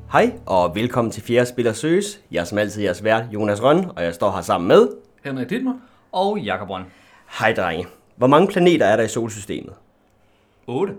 Hej og velkommen til Fjerde Spiller Søges. Jeg er som altid jeres vært, Jonas Røn, og jeg står her sammen med Henrik Dittmer og Jakob Røn. Hej drenge. Hvor mange planeter er der i solsystemet? 8.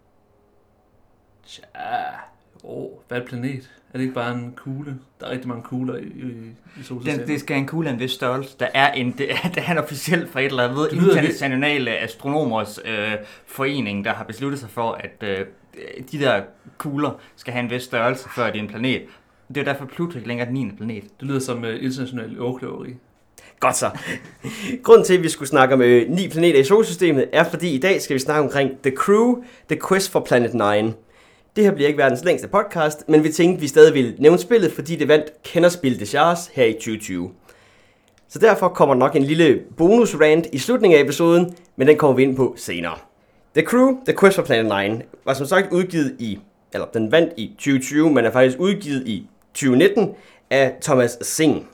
Tja, hvad er et planet? Er det ikke bare en kugle? Der er rigtig mange kugler i solsystemet. Det skal en kugle af en vis størrelse. Der er en officiel fra et eller andet internationale astronomers forening, der har besluttet sig for, at de der kugler skal have en vis størrelse, før det er en planet. Det er derfor Pluto ikke længere den 9. planet. Det lyder som international ordkløveri. Godt så. Grunden til, at vi skulle snakke om 9 planeter i solsystemet, er fordi i dag skal vi snakke omkring The Crew, The Quest for Planet 9. Det her bliver ikke verdens længste podcast, men vi tænkte, at vi stadig ville nævne spillet, fordi det vandt Kennerspil des Jahres her i 2020. Så derfor kommer nok en lille bonus-rant i slutningen af episoden, men den kommer vi ind på senere. The Crew, The Quest for Planet 9 var som sagt udgivet den vandt i 2020, men er faktisk udgivet i 2019 af Thomas Singh.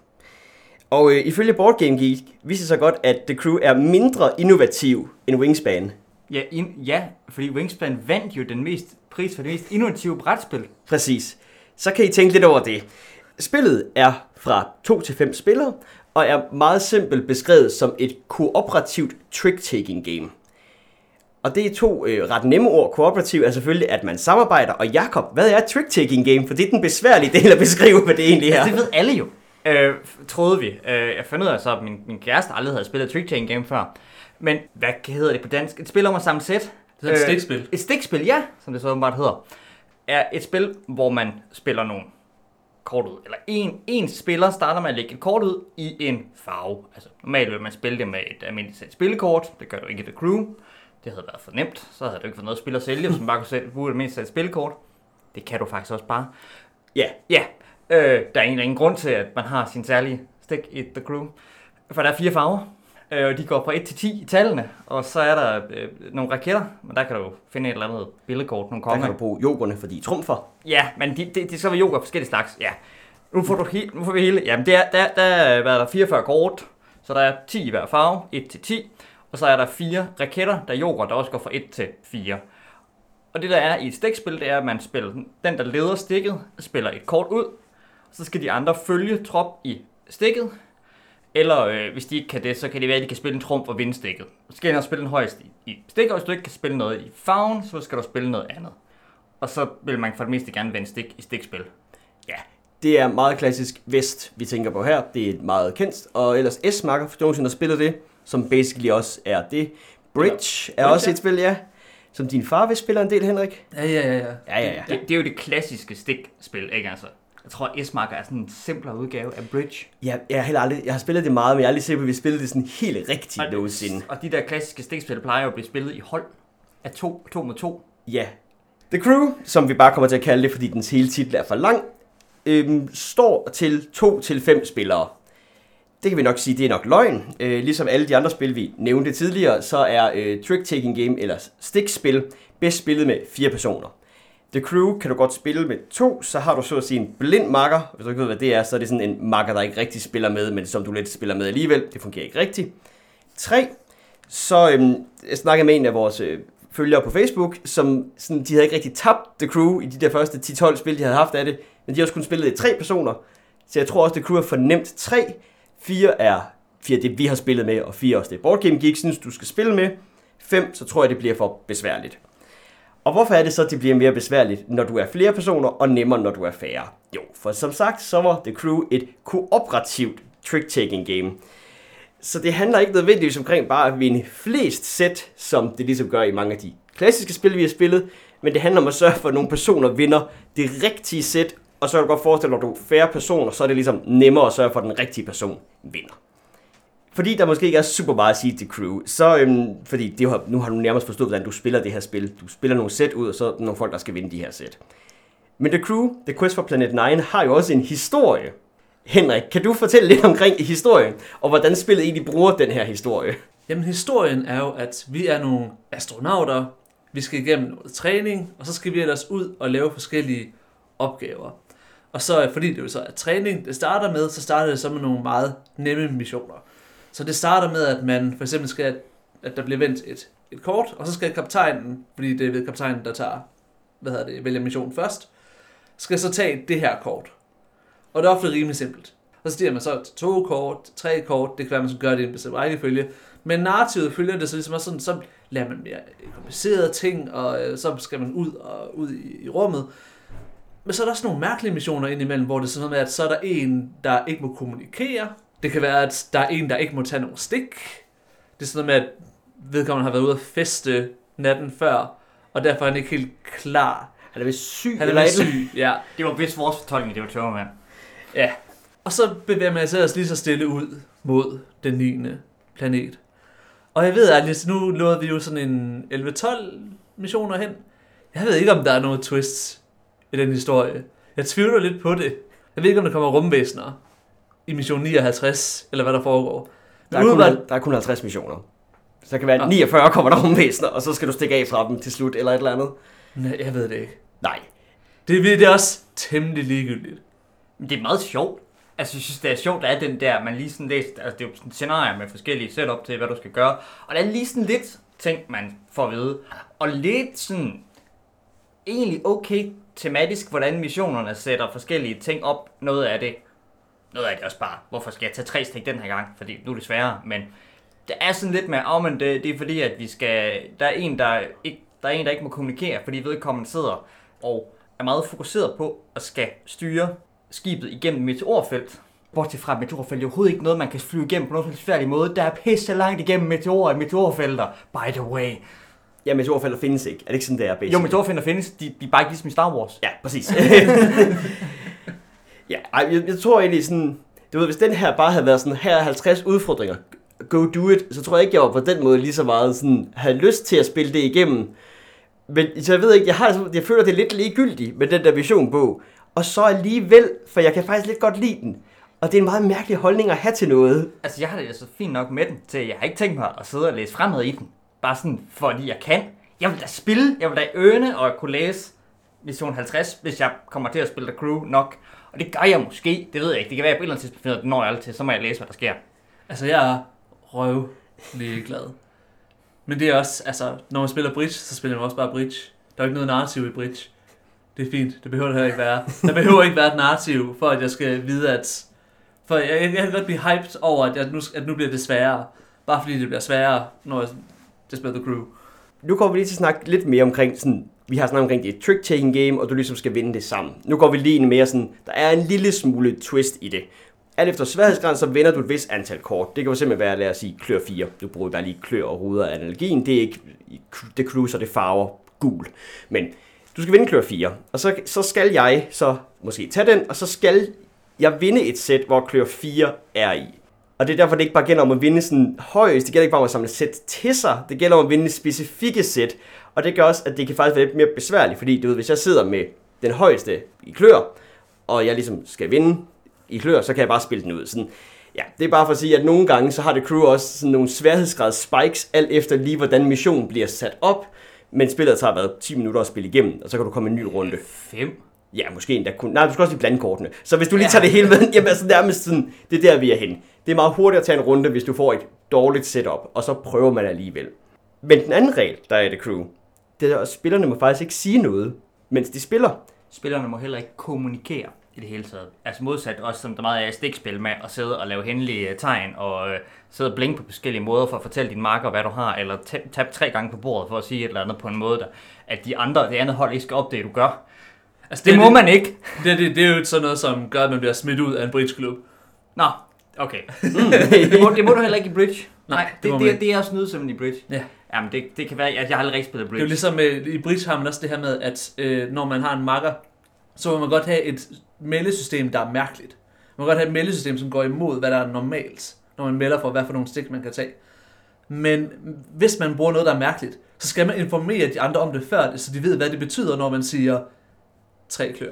Og ifølge Board Game Geek viser sig godt, at The Crew er mindre innovativ end Wingspan. Ja, fordi Wingspan vandt jo den pris for det mest innovative brætspil. Præcis. Så kan I tænke lidt over det. Spillet er fra 2 til 5 spillere, og er meget simpelt beskrevet som et kooperativt trick-taking game. Og det er 2 ret nemme ord. Kooperativ er selvfølgelig, at man samarbejder. Og Jakob, hvad er trick-taking game? For det er den besværlige del at beskrive, hvad det egentlig er. Altså, det ved alle jo. Troede vi. Jeg fandt ud af så, at min kæreste aldrig havde spillet trick-taking game før. Men hvad hedder det på dansk? Et spil om at samle sæt. Det er et stikspil. Et stikspil, ja, som det så åbenbart hedder. Er et spil, hvor man spiller nogle kort ud. Eller en spiller starter med at lægge et kort ud i en farve. Altså normalt vil man spille det med et almindeligt sæt spillekort. Det gør du ikke i The Crew. Det havde været for nemt. Så havde du ikke fået noget spil at sælge, hvis man bare kunne bruge et almindeligt sæt spillekort. Det kan du faktisk også bare. Ja. Ja. Der er ingen grund til, at man har sin særlige stik i The Crew. For der er 4 farver. De går fra 1 til 10 i tallene, og så er der nogle raketter, men der kan du finde et eller andet billedkort, nogle konger. Der kan du bruge jokerne, fordi de trumfer. Ja, men det så vil joker forskellige slags, ja. Nu får vi hele, jamen der er 44 kort, så der er 10 i hver farve, 1 til 10, og så er der 4 raketter, der er joker, der også går fra 1 til 4. Og det der er i et stikspil, det er, at man spiller, den der leder stikket, spiller et kort ud, så skal de andre følge trop i stikket. Eller hvis de ikke kan det, så kan det være, at de kan spille en trumf og vinde stikket. Så skal de spille den højeste i stikket, og hvis du ikke kan spille noget i farven, så skal du spille noget andet. Og så vil man for det meste gerne vinde stik i stikspil. Ja, det er meget klassisk Vest, vi tænker på her. Det er meget kendt. Og ellers S-marker, for nogen har spillet det, som basically også er det. Bridge er også et spil, ja. Som din far vil spille en del, Henrik. Ja. Det er jo det klassiske stikspil, ikke altså? Jeg tror, at S-marker er sådan en simplere udgave af Bridge. Ja, jeg har spillet det meget, men jeg har aldrig set, at vi spillede det sådan helt rigtigt nogensinde. Og de der klassiske stikspil plejer jo at blive spillet i hold af 2 mod 2. Ja. The Crew, som vi bare kommer til at kalde det, fordi dens hele titel er for lang, står til 2 til 5 spillere. Det kan vi nok sige, det er nok løgn. Ligesom alle de andre spil, vi nævnte tidligere, så er trick-taking game eller stikspil bedst spillet med 4 personer. The Crew kan du godt spille med 2, så har du så at sige en blind makker. Hvis du ikke ved, hvad det er, så er det sådan en makker, der ikke rigtig spiller med, men som du lidt spiller med alligevel. Det fungerer ikke rigtigt. 3, så jeg snakkede med en af vores følgere på Facebook, som sådan, de havde ikke rigtig tabt The Crew i de der første 10-12 spil, de havde haft af det, men de har også kun spillet det i 3 personer. Så jeg tror også, The Crew er fornemt 3. 4 er det, vi har spillet med, og 4 også det Board Game Geek synes, du skal spille med. 5, så tror jeg, det bliver for besværligt. Og hvorfor er det så, at det bliver mere besværligt, når du er flere personer, og nemmere, når du er færre? Jo, for som sagt, så var The Crew et kooperativt trick-taking game. Så det handler ikke nødvendigvis omkring bare at vinde flest sæt, som det ligesom gør i mange af de klassiske spil, vi har spillet. Men det handler om at sørge for, at nogle personer vinder det rigtige sæt. Og så kan du godt forestille dig, at når du er færre personer, så er det ligesom nemmere at sørge for, at den rigtige person vinder. Fordi der måske ikke er super meget at sige til Crew, så fordi nu har du nærmest forstået, hvordan du spiller det her spil. Du spiller nogle sæt ud, og så er der nogle folk, der skal vinde de her sæt. Men The Crew, The Quest for Planet 9, har jo også en historie. Henrik, kan du fortælle lidt omkring historien, og hvordan spillet egentlig bruger den her historie? Jamen historien er jo, at vi er nogle astronauter. Vi skal igennem noget træning, og så skal vi ellers ud og lave forskellige opgaver. Og så fordi det jo så er træning, det starter det så med nogle meget nemme missioner. Så det starter med, at man for eksempel skal, at der bliver vendt et kort, og så skal kaptajnen, fordi det er ved kaptajnen, der tager, vælger missionen først, skal så tage det her kort. Og det er ofte rimelig simpelt. Og så stiger man så til 2 kort, 3 kort, det kan være, man skal gøre det i en bestemt rækkefølge. Men narrativet følger det så ligesom også sådan, så lader man mere komplicerede ting, og så skal man ud i rummet. Men så er der også nogle mærkelige missioner indimellem, hvor det er sådan noget med, at så er der en, der ikke må kommunikere. Det kan være, at der er en, der ikke må tage nogle stik. Det er sådan noget med, at vedkommende har været ude at feste natten før, og derfor er han ikke helt klar. Han er vist syg. Han er vist syg, ja. Det var vist vores fortolkning, det var tørre, mand. Ja. Og så bevæger man sig lige så stille ud mod den 9. planet. Og jeg ved, at nu nåede vi jo sådan en 11-12 missioner hen. Jeg ved ikke, om der er noget twists i den historie. Jeg tvivler lidt på det. Jeg ved ikke, om der kommer rumvæsener i mission 59, eller hvad der foregår. Der er kun 50 missioner. Så det kan være, at 49 kommer der rumvæsener, og så skal du stikke af fra dem til slut, eller et eller andet. Nej, jeg ved det ikke. Nej. Det er også temmelig ligegyldigt. Men det er meget sjovt. Altså, jeg synes, det er sjovt, at den der, man lige sådan læser, altså det er jo sådan scenarier med forskellige setup til, hvad du skal gøre. Og der er lige sådan lidt ting, man får at vide. Og lidt sådan, egentlig okay tematisk, hvordan missionerne sætter forskellige ting op. Noget af det er også bare, hvorfor skal jeg tage 3 stik den her gang, fordi nu er det sværere. Men det er sådan lidt med, men det er fordi, at vi skal, der er en, der ikke må kommunikere, fordi vedkommende sidder og er meget fokuseret på at skal styre skibet igennem meteorfelt. Bortset fra, at meteorfelt er overhovedet ikke noget, man kan flyve igennem på nogen færdig måde. Der er pisse langt igennem meteorfelter, by the way. Ja, meteorfelter findes ikke. Er det ikke sådan, det er basic? Jo, meteorfelter findes. De er bare ikke ligesom i Star Wars. Ja, præcis. Ja, jeg tror egentlig sådan, du ved, hvis den her bare havde været sådan, her er 50 udfordringer, go do it, så tror jeg ikke, jeg var på den måde lige så meget sådan, havde lyst til at spille det igennem. Men så jeg ved ikke, jeg føler, det er lidt ligegyldigt med den der visionbog. Og så alligevel, for jeg kan faktisk lidt godt lide den. Og det er en meget mærkelig holdning at have til noget. Altså, jeg har det altså fint nok med den, til jeg har ikke tænkt mig at sidde og læse fremad i den. Bare sådan, fordi jeg kan. Jeg vil da spille, jeg vil da øne og kunne læse Mission 50, hvis jeg kommer til at spille The Crew nok. Og det gør jeg måske, det ved jeg ikke. Det kan være, at jeg på et eller andet tidspunkt finder, det når jeg altid, så må jeg læse, hvad der sker. Altså, jeg er røvlig glad. Men det er også, altså, når man spiller bridge, så spiller man også bare bridge. Der er ikke noget narrativ i bridge. Det er fint, det behøver det heller ikke være. Der behøver ikke være et narrativ, for at jeg skal vide, at... For jeg kan godt blive hyped over, at nu bliver det sværere. Bare fordi det bliver sværere, når jeg spiller The Crew. Nu går vi lige til at snakke lidt mere omkring sådan... Vi har snakket omkring det et trick-taking game, og du ligesom skal vinde det sammen. Nu går vi lige mere sådan... Der er en lille smule twist i det. Alt efter sværhedsgrad, så vinder du et vist antal kort. Det kan jo simpelthen være, lad os sige, klør 4. Du bruger bare lige klør og ruder af analogien. Det er ikke... Det cruiser, det farver gul. Men... Du skal vinde klør 4, og så skal jeg så måske tage den, og så skal jeg vinde et sæt, hvor klør 4 er i. Og det er derfor, det ikke bare gælder om at vinde sådan højst, det gælder ikke bare om at samle sæt til sig, det gælder om at vinde specifikke sæt, og det gør også, at det kan faktisk være lidt mere besværligt, fordi du ved, hvis jeg sidder med den højeste i klør, og jeg ligesom skal vinde i klør, så kan jeg bare spille den ud. Sådan, ja, det er bare for at sige, at nogle gange, så har det crew også sådan nogle sværhedsgrads spikes, alt efter lige hvordan missionen bliver sat op, men spillet tager været 10 minutter at spille igennem, og så kan du komme en ny runde. 5? Ja, måske endda kun. Nej, du skal også lige blande kortene. Så hvis du lige tager det hele med, jamen altså nærmest sådan, det er der, vi er hen. Det er meget hurtigt at tage en runde, hvis du får et dårligt setup, og så prøver man alligevel. Men den anden regel, der er i The Crew, det er, at spillerne må faktisk ikke sige noget, mens de spiller. Spillerne må heller ikke kommunikere i det hele taget. Altså modsat også, som der meget er i stikspil med at sidde og lave hændelige tegn, og sidde og blinke på forskellige måder for at fortælle din marker, hvad du har, eller tabe 3 gange på bordet for at sige et eller andet på en måde, der, at det andet hold ikke skal opdage, du gør. Altså, det må man ikke. Det er jo sådan noget, som gør, at man bliver smidt ud af en bridgeklub. Nå, okay. det må du heller ikke i bridge. Nej, det er også nødt som i bridge. Ja. Jamen, det kan være, at jeg har aldrig rigtig spillet bridge. Det er jo ligesom, i bridge har man også det her med, at når man har en makker, så vil man godt have et meldesystem, der er mærkeligt. Man kan godt have et meldesystem, som går imod, hvad der er normalt, når man melder for, hvad for nogle stik man kan tage. Men hvis man bruger noget, der er mærkeligt, så skal man informere de andre om det før, så de ved, hvad det betyder, når man siger 3 klør.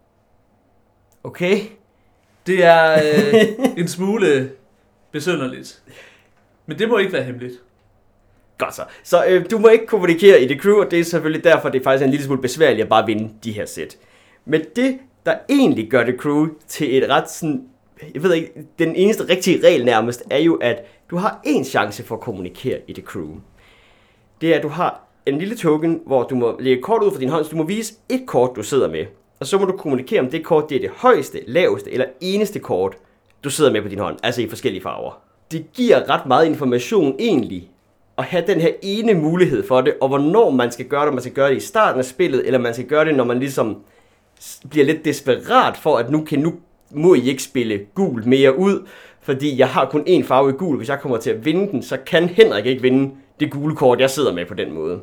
Okay. Det er en smule besynderligt. Men det må ikke være hemmeligt. Godt så. Så du må ikke kommunikere i The Crew, og det er selvfølgelig derfor, det er faktisk en lille smule besværligt at bare vinde de her sæt. Men det, der egentlig gør The Crew til et ret sådan, jeg ved ikke, den eneste rigtige regel nærmest, er jo, at du har én chance for at kommunikere i The Crew. Det er, at du har en lille token, hvor du må lægge kort ud fra din hånd, så du må vise et kort, du sidder med. og så må du kommunikere om det kort, det er det højeste, laveste eller eneste kort, du sidder med på din hånd, altså i forskellige farver. Det giver ret meget information egentlig, at have den her ene mulighed for det, og hvornår man skal gøre det, om man skal gøre det i starten af spillet, eller man skal gøre det, når man ligesom bliver lidt desperat for, at nu må I ikke spille gul mere ud, fordi jeg har kun én farve i gul. Hvis jeg kommer til at vinde den, så kan Henrik ikke vinde det gule kort, jeg sidder med på den måde.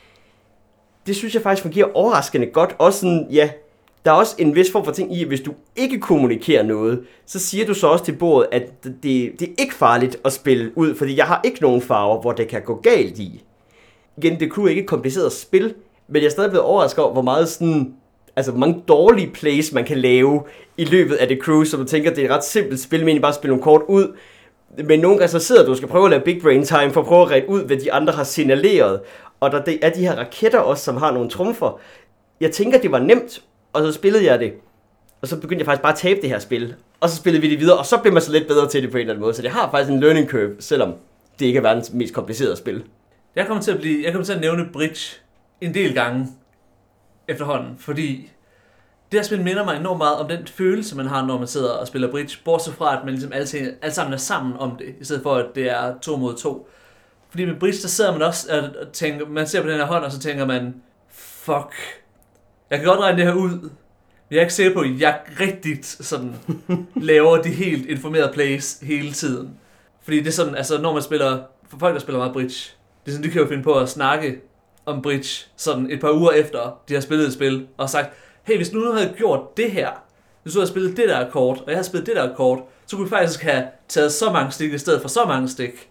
Det synes jeg faktisk fungerer overraskende godt. Også sådan, ja, der er også en vis form for ting i, at hvis du ikke kommunikerer noget, så siger du så også til bordet, at det er ikke farligt at spille ud, fordi jeg har ikke nogen farver, hvor det kan gå galt i. Igen, The Crew er ikke et kompliceret spil, men jeg er stadig blevet overrasket over, hvor meget sådan, altså hvor mange dårlige plays man kan lave i løbet af The Crew, så du tænker, det er et ret simpelt spil, men bare spille nogle kort ud. Men nogle gange så sidder du skal prøve at lave big brain time for at prøve at rette ud, hvad de andre har signaleret. Og der er de her raketter også, som har nogle trumfer. Jeg tænker, det var nemt, og så spillede jeg det. Og så begyndte jeg faktisk bare at tabe det her spil. Og så spillede vi det videre, og så blev man så lidt bedre til det på en eller anden måde. Så det har faktisk en learning curve, selvom det ikke er verdens mest komplicerede spil. Jeg kommer til at nævne Bridge en del gange efterhånden, fordi det her spil minder mig enormt meget om den følelse, man har, når man sidder og spiller Bridge, bortset fra, at man ligesom alle sammen er sammen om det, i stedet for, at det er 2 mod 2. Fordi med Bridge, der sidder man også og tænker, man ser på den her hånd, og så tænker man, fuck, jeg kan godt regne det her ud, men jeg er ikke sikker på, at jeg rigtigt sådan laver de helt informerede plays hele tiden. Fordi det er sådan, altså når man spiller, for folk der spiller meget Bridge, det er sådan, de kan jo finde på at snakke om Bridge sådan et par uger efter, de har spillet et spil, og sagt, hey, hvis nu havde gjort det her, hvis du havde spillet det der kort, og jeg havde spillet det der kort, så kunne vi faktisk have taget så mange stik i stedet for så mange stik.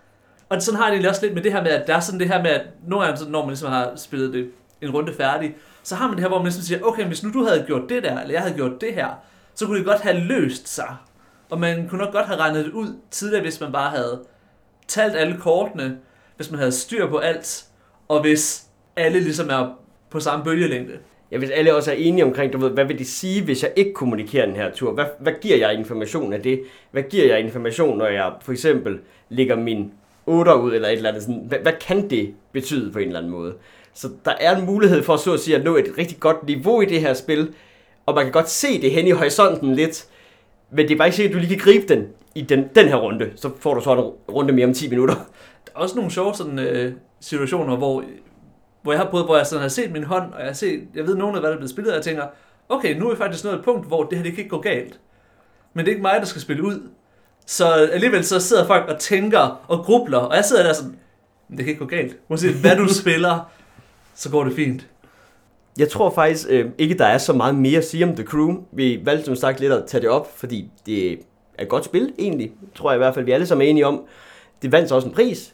Og sådan har jeg det også lidt med det her med, at der er sådan det her med, at nogle gange, når man ligesom har spillet det en runde færdig, så har man det her, hvor man ligesom siger, okay, hvis nu du havde gjort det der, eller jeg havde gjort det her, så kunne det godt have løst sig. Og man kunne nok godt have regnet det ud tidligere, hvis man bare havde talt alle kortene, hvis man havde styr på alt, og hvis alle ligesom er på samme bølgelængde. Ja, hvis alle også er enige omkring, du ved, hvad vil det sige, hvis jeg ikke kommunikerer den her tur? Hvad giver jeg information af det? Hvad giver jeg information, når jeg for eksempel lægger min 8 ud, eller et eller andet sådan? Hvad kan det betyde på en eller anden måde? Så der er en mulighed for så at sige, at nå et rigtig godt niveau i det her spil, og man kan godt se det hen i horisonten lidt, men det er bare ikke sikkert, at du lige kan gribe den i den her runde. Så får du så en runde mere om 10 minutter. Der er også nogle sjove sådan, situationer, hvor jeg har prøvet, hvor jeg sådan har set min hånd, og jeg ved nogen af, hvad der er blevet spillet, og jeg tænker, okay, nu er vi faktisk nået et punkt, hvor det her det kan ikke gå galt. Men det er ikke mig, der skal spille ud. Så alligevel så sidder folk og tænker og grubler, og jeg sidder der sådan, det kan ikke gå galt. Uanset hvad du spiller, så går det fint. Jeg tror faktisk ikke, der er så meget mere at sige om The Crew. Vi valgte som sagt lidt at tage det op, fordi det er et godt spil egentlig. Tror jeg i hvert fald, vi alle sammen er enige om. Det vandt så også en pris.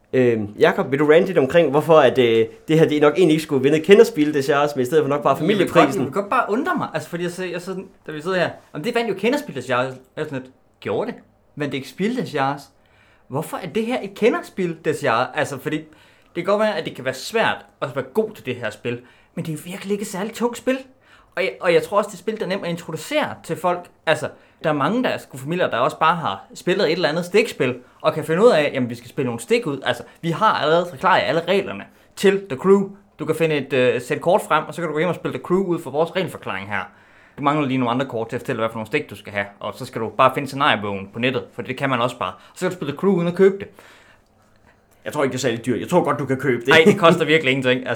Jakob, vil du rante lidt omkring, hvorfor at, det her det nok egentlig ikke skulle vinde kenderspil, det Charles, men i stedet for nok bare familieprisen? Jeg kan godt bare undre mig, altså fordi jeg sådan, da vi sidder her, om det vandt jo kenderspil, det Charles. Jeg er sådan lidt, gjorde det? Vandt det ikke spil, det Charles? Hvorfor er det her et kenderspil, det Charles? Altså fordi, det kan godt være, at det kan være svært at være god til det her spil, men det er virkelig ikke et særligt tungt spil. Og jeg tror også, det er et spil, der er nemt at introducere til folk. Altså, der er mange der er familier, der også bare har spillet et eller andet stikspil, og kan finde ud af, jamen vi skal spille nogle stik ud. Altså, vi har allerede forklaret alle reglerne til The Crew. Du kan finde et sæt kort frem, og så kan du gå hjem og spille The Crew ud for vores regelforklaring her. Du mangler lige nogle andre kort til at fortælle, hvad for nogle stik du skal have, og så skal du bare finde scenariebogen på nettet, for det kan man også bare. Og så kan du spille The Crew uden at købe det. Jeg tror ikke, det er særlig dyrt. Jeg tror godt, du kan købe det. Nej, det koster virkelig ingenting.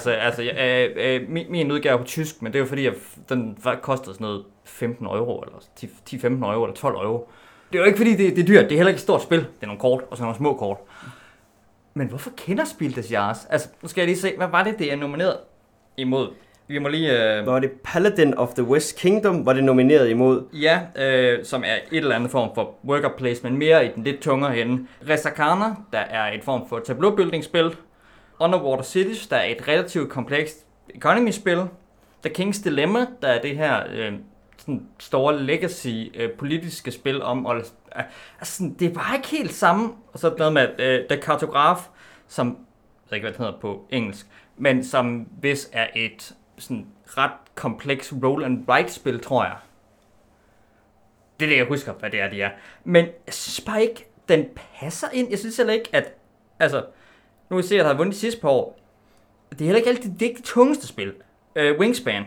Min udgave er på tysk, men det er jo fordi, at den kostede sådan noget 15 euro, eller 10-15 euro, eller 12 euro. Det er jo ikke fordi, det er dyrt. Det er heller ikke et stort spil. Det er nogle kort, og så nogle små kort. Men hvorfor kender spil det Jars? Altså, nu skal jeg lige se, hvad var det er nomineret imod? Vi må lige... Var det Paladin of the West Kingdom, var det nomineret imod? Ja, som er et eller andet form for worker placement, mere i den lidt tungere henne. Resakana, der er et form for tableau-building-spil. Underwater Cities, der er et relativt komplekst economy-spil. The King's Dilemma, der er det her sådan store legacy-politiske spil om... Altså, det er bare ikke helt samme. Og så noget med The Cartograph, som... Jeg ved ikke, hvad det hedder på engelsk. Men som hvis er et... sådan ret kompleks roll and write spil, tror jeg. Det er det, jeg husker, hvad det er, de er. Men jeg synes bare ikke, den passer ind. Jeg synes heller ikke, at... Altså, nu kan vi se, at der har vundet de sidste par år. Det er heller ikke altid det tungeste spil. Wingspan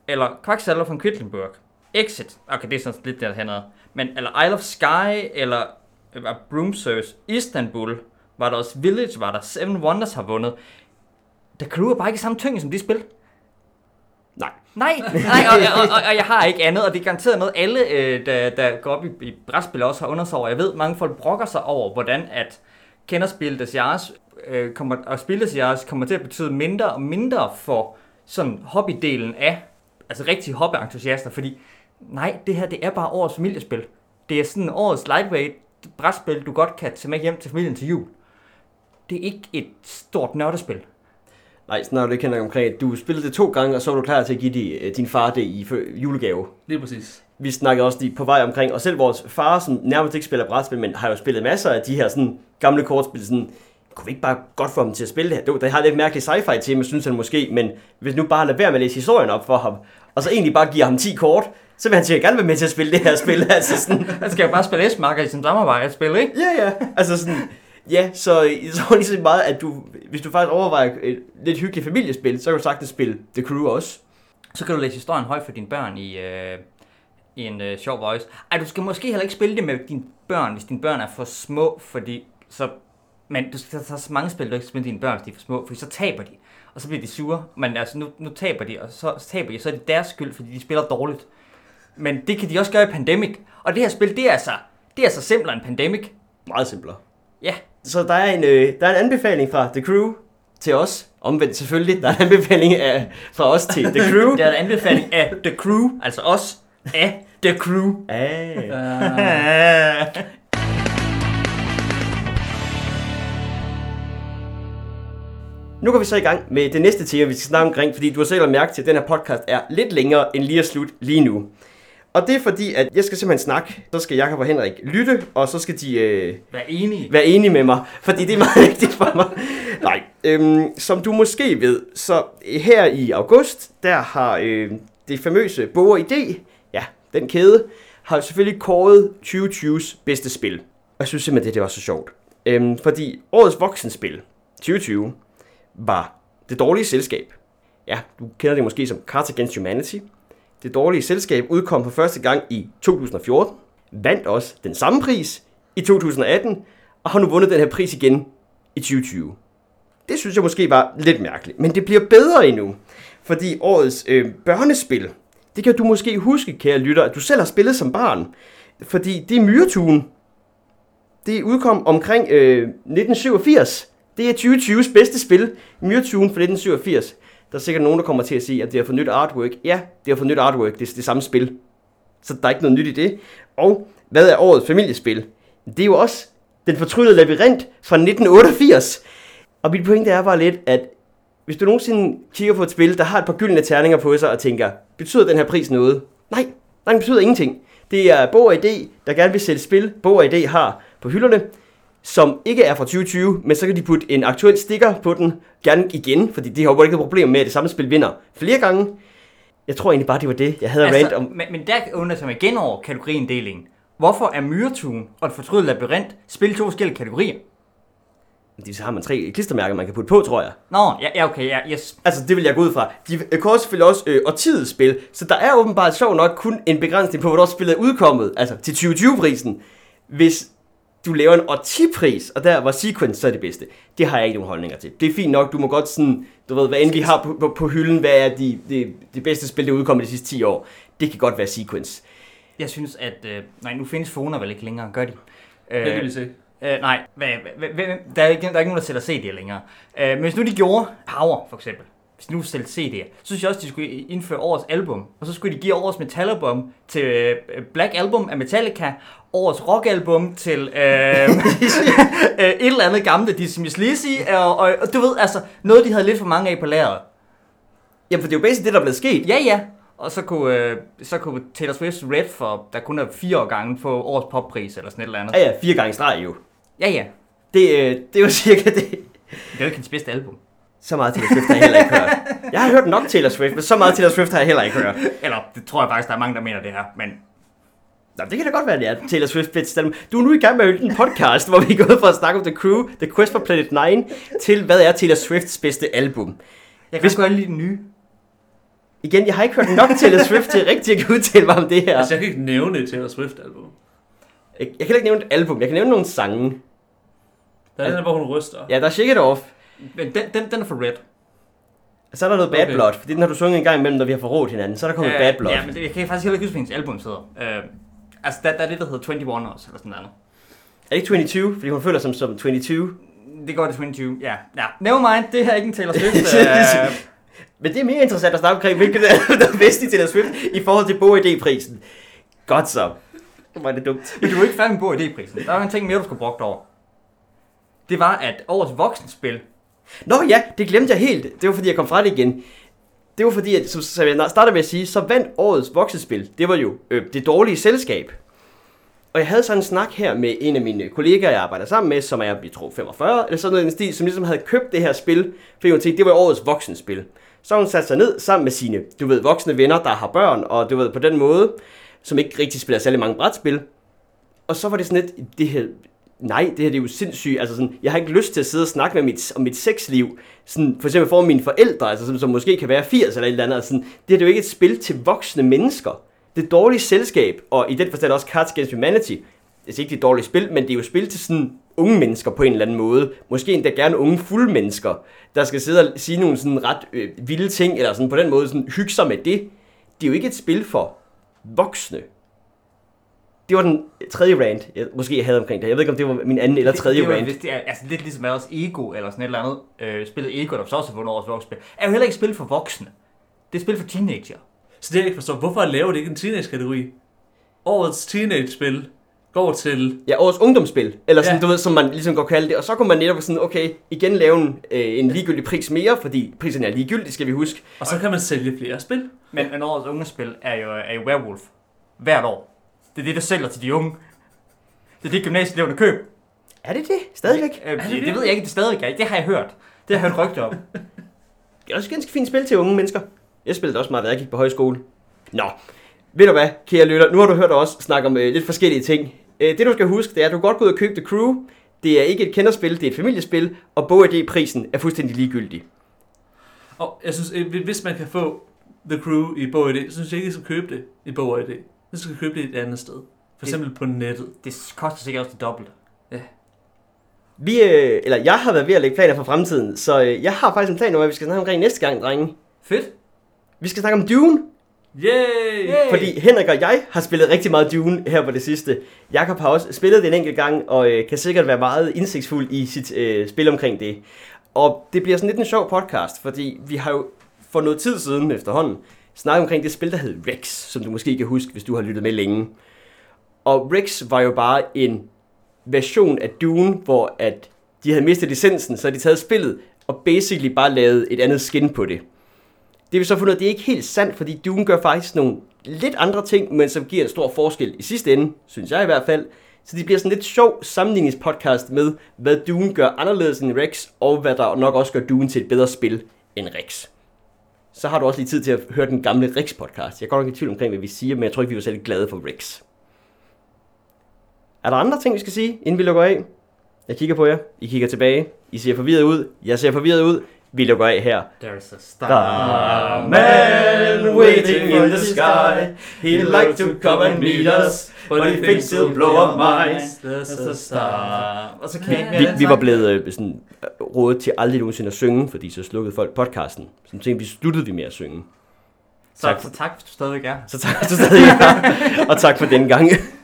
eller Quacksalver von Quedlinburg, Exit, okay, det er sådan lidt der hernede, men eller Isle of Skye, eller Broomsers, Istanbul, var der også Village, var der Seven Wonders har vundet. The Crew er bare ikke samme tyngde som de spil. Nej, og jeg har ikke andet, og det er garanteret noget, alle, der går op i brætspil også har under sig over. Jeg ved, mange folk brokker sig over, hvordan at kenderspil des Jahres og spil des Jahres kommer til at betyde mindre og mindre for sådan hobbydelen af, altså rigtige hobbyentusiaster, fordi nej, det her, det er bare årets familiespil. Det er sådan årets lightweight brætspil, du godt kan tage med hjem til familien til jul. Det er ikke et stort nørdespil. Nej, sådan har du ikke kender konkret. Du spillede det 2 gange, og så var du klar til at give din far det i julegave. Lige præcis. Vi snakkede også på vej omkring, og selv vores far, som nærmest ikke spiller brætspil, men har jo spillet masser af de her sådan gamle kortspil, sådan, kunne vi ikke bare godt få ham til at spille det her? Det har lidt mærkeligt sci-fi tema, synes han måske, men hvis nu bare lader være med at læse historien op for ham, og så egentlig bare giver ham 10 kort, så vil han sikkert gerne være med til at spille det her spil. Altså sådan. Han skal jo bare spille S-marker i sin samarbejde at spille, ikke? Ja, altså sådan. Ja, så lige så meget, at hvis du faktisk overvejer et lidt hyggeligt familiespil, så kan du sagtens spille The Crew også. Så kan du læse historien højt for dine børn i en sjov voice. Ej, du skal måske heller ikke spille det med dine børn, hvis dine børn er for små, fordi så... Men du skal tage så mange spil, du ikke spille dine børn, hvis de er for små, fordi så taber de, og så bliver de sure. Men altså, nu taber de, og så taber de, så er det deres skyld, fordi de spiller dårligt. Men det kan de også gøre i Pandemic. Og det her spil, det er altså simplere end Pandemic. Meget simplere. Ja. Så der er en anbefaling fra The Crew til os. Omvendt selvfølgelig, der er en anbefaling fra os til The Crew. Der er en anbefaling af The Crew, altså os af The Crew. Nu går vi så i gang med det næste tema, vi skal snakke omkring, fordi du har selv mærke til, at den her podcast er lidt længere end lige at slutte lige nu. Og det er fordi, at jeg skal simpelthen snakke, så skal Jakob og Henrik lytte, og så skal de være enige med mig, fordi det er meget vigtigt for mig. Nej, som du måske ved, så her i august, der har det famøse Bog & ID, ja, den kæde, har selvfølgelig kåret 2020's bedste spil. Og jeg synes simpelthen, det var så sjovt. Fordi årets voksenspil, 2020, var Det Dårlige Selskab. Ja, du kender det måske som Cards Against Humanity. Det Dårlige Selskab udkom for første gang i 2014, vandt også den samme pris i 2018, og har nu vundet den her pris igen i 2020. Det synes jeg måske var lidt mærkeligt, men det bliver bedre endnu, fordi årets børnespil, det kan du måske huske, kære lytter, at du selv har spillet som barn, fordi det er Myretuen. Det udkom omkring 1987. Det er 2020's bedste spil, Myretuen fra 1987. Der er sikkert nogen, der kommer til at sige, at det har fået nyt artwork. Ja, det har fået nyt artwork. Det er det samme spil. Så der er ikke noget nyt i det. Og hvad er årets familiespil? Det er jo også Den Fortryllede Labyrint fra 1988. Og mit pointe er bare lidt, at hvis du nogensinde kigger på et spil, der har et par gyldne terninger på sig og tænker, betyder den her pris noget? Nej, den betyder ingenting. Det er Bog & ID, der gerne vil sælge spil, Bog & ID har på hylderne, som ikke er fra 2020, men så kan de putte en aktuel sticker på den, gerne igen, fordi de har jo ikke noget problem med, at det samme spil vinder flere gange. Jeg tror egentlig bare, det var det, jeg havde rant om. Men der undrer jeg mig igen over kategoriinddelingen. Hvorfor er Myretuen og Det Fortryllede Labyrint spil 2 forskellige kategorier? Så har man 3 klistermærker, man kan putte på, tror jeg. Nå, ja, okay, ja, yes. Altså, det vil jeg gå ud fra. De kan selvfølgelig også årtidets spil, så der er åbenbart sjovt nok kun en begrænsning på, hvornår spillet er udkommet, altså til 2020-prisen. Hvis du laver en årtipris, og der var Sequence så det bedste. Det har jeg ikke nogen holdninger til. Det er fint nok, du må godt sådan, du ved, hvad end vi har på hylden, hvad er de bedste spil, der er udkommet de sidste 10 år. Det kan godt være Sequence. Jeg synes, at... nej, nu findes Fona vel ikke længere, gør de? Det kan vi se. Nej, der er ikke nogen, der sælger CD'er længere. Men hvis nu de gjorde Power, for eksempel, hvis de nu sælger CD'er, så synes jeg også, de skulle indføre årets album. Og så skulle de give årets metalalbum til Black Album af Metallica, årets rockalbum til et eller andet gamle Dizzy Miss Lizzy, og du ved, altså, noget de havde lidt for mange af på lageret. Jamen, for det er jo basisk det, der er blevet sket. Ja. Og så kunne Taylor Swift's Red, for der kun er 4 år gange, få årets poppris eller sådan et eller andet. Ja, 4 gange streg jo. Ja. Det er jo cirka det. Det er jo ikke hans bedste album. Så meget Taylor Swift har jeg heller ikke hørt. Jeg har hørt nok Taylor Swift, men så meget Taylor Swift har jeg heller ikke hørt. Eller, det tror jeg faktisk, der er mange, der mener det her, men... Nå, det kan da godt være, det er Taylor Swift bedste album. Du er nu i gang med en podcast, hvor vi er gået fra at snakke om The Crew, The Quest for Planet 9, til hvad er Taylor Swifts bedste album. Jeg kan godt lide den nye. Igen, jeg har ikke hørt nok Taylor Swift til rigtig at kunne udtale mig om det her. Altså, jeg kan ikke nævne et Taylor Swift-album. Jeg kan ikke nævne et album, jeg kan nævne nogle sange. Der er den, hvor hun ryster. Ja, der er Shake It Off. Men den er for red. Så er der noget Bad Okay. Blood, fordi den har du sunget en gang imellem, når vi har forrådt hinanden. Så er der kommet Bad Blood. Ja, men jeg kan faktisk heller ikke huske, hvad hendes album hedder. Altså, der er det, der hedder 21 også, eller sådan noget. Er det ikke 22? Fordi hun føler sig som 22. Det går det 22, ja. Never mind, det her er ikke en Taylor Swift. Men det er mere interessant at snakke omkring, hvilket er der bedste i Taylor Swift i forhold til BogID-prisen. Godt så. Var det dumt. Du er ikke færdig med BogID-prisen. Der var en ting mere, du skulle brugt over. Det var, at årets voksenspil. Nå ja, det glemte jeg helt. Det var fordi, jeg kom fra det igen. Det var fordi, at, som jeg startede med at sige, så vandt årets voksenspil. Det var jo Det Dårlige Selskab. Og jeg havde sådan en snak her med en af mine kollegaer, jeg arbejder sammen med, som er, jeg tror, 45, eller sådan noget i den stil, som ligesom havde købt det her spil, fordi hun tænkte, det var årets voksenspil. Så hun satte sig ned sammen med sine, voksne venner, der har børn, og på den måde, som ikke rigtig spiller særlig mange brætspil. Og så var det sådan lidt, det her det er jo sindssygt, altså sådan, jeg har ikke lyst til at sidde og snakke med om mit sexliv, sådan, for eksempel for mine forældre, altså, som måske kan være 80 eller et eller andet, altså, sådan, det er jo ikke et spil til voksne mennesker. Det Dårlige Selskab, og i den forstand også Cards Against Humanity, det er ikke et dårligt spil, men det er jo spil til sådan unge mennesker på en eller anden måde. Måske endda gerne unge fulde mennesker, der skal sidde og sige nogle sådan ret vilde ting, eller sådan på den måde sådan hygge sig med det. Det er jo ikke et spil for voksne. Det var den tredje rant, jeg havde omkring det. Jeg ved ikke, om det var min anden eller tredje rant. Det er altså lidt ligesom også Ego, eller sådan et eller andet. Spillet Ego, der så også har vundet årets voksenspil, er jo heller ikke et spil for voksne. Det er et spil for teenager. Så det jeg ikke forstår, hvorfor laver det ikke en teenage-kategori? Årets teenage-spil går til... Ja, årets ungdomsspil, eller sådan, Ja. du ved, som man ligesom godt kalde det. Og så kunne man netop sådan, okay, igen lave en ligegyldig pris mere, fordi prisen er ligegyldig, skal vi huske. Og så kan man sælge flere spil. Men årets ungespil er jo Werewolf. Hvert år. Det er det, der sælger til de unge. Det er det, gymnasieeleverne køber. Er det det? Stadigvæk? Det ved jeg ikke, det stadigvæk er. Det har jeg hørt. Det har jeg hørt rygter om. Det er også et ganske fint spil til unge mennesker. Jeg spillede også meget, da jeg gik på højskole. Nå, ved du hvad, kære lytter, nu har du hørt os snakke om lidt forskellige ting. Det du skal huske, det er, at du godt gå ud og købe The Crew. Det er ikke et kenderspil, det er et familiespil, og BogID-prisen er fuldstændig ligegyldig. Og jeg synes, hvis man kan få The Crew i BogID, så synes jeg ikke, I skal købe det i BogID. Så skal købe det et andet sted. For eksempel på nettet. Det koster sikkert også det dobbelte. Jeg har været ved at lægge planer for fremtiden, så jeg har faktisk en plan om, hvad vi skal snakke omkring næste gang, drenge. Fedt. Vi skal snakke om Dune. Yay! Fordi Henrik og jeg har spillet rigtig meget Dune her på det sidste. Jakob har også spillet det en enkelt gang, og kan sikkert være meget indsigtsfuld i sit spil omkring det. Og det bliver sådan lidt en sjov podcast, fordi vi har jo for noget tid siden efterhånden snakket omkring det spil, der hed Rex, som du måske kan huske, hvis du har lyttet med længe. Og Rex var jo bare en version af Dune, hvor at de havde mistet licensen, så havde de taget spillet og basically bare lavet et andet skin på det. Det vil så fundet, at det er ikke helt sandt, fordi Dune gør faktisk nogle lidt andre ting, men som giver en stor forskel i sidste ende, synes jeg i hvert fald. Så det bliver sådan lidt sjov sammenligningspodcast med, hvad Dune gør anderledes end Rex, og hvad der nok også gør Dune til et bedre spil end Rex. Så har du også lige tid til at høre den gamle Rex-podcast. Jeg går nok i tvivl omkring, hvad vi siger, men jeg tror ikke, vi var særlig glade for Rex. Er der andre ting, vi skal sige, inden vi lukker af? Jeg kigger på jer. I kigger tilbage. I ser forvirret ud. Jeg ser forvirret ud. Vi lukker af her. There's a Man waiting in the sky. He'd like to come and meet us, but he thinks he'll blow up minds. There's a star. Og så kan Vi var blevet sådan rådet til aldrig nogensinde at synge, fordi så slukkede folk podcasten. Så tænkte vi, sluttede vi med at synge. Så tak, hvis du stadigvæk er. Så tak, og tak for den gang.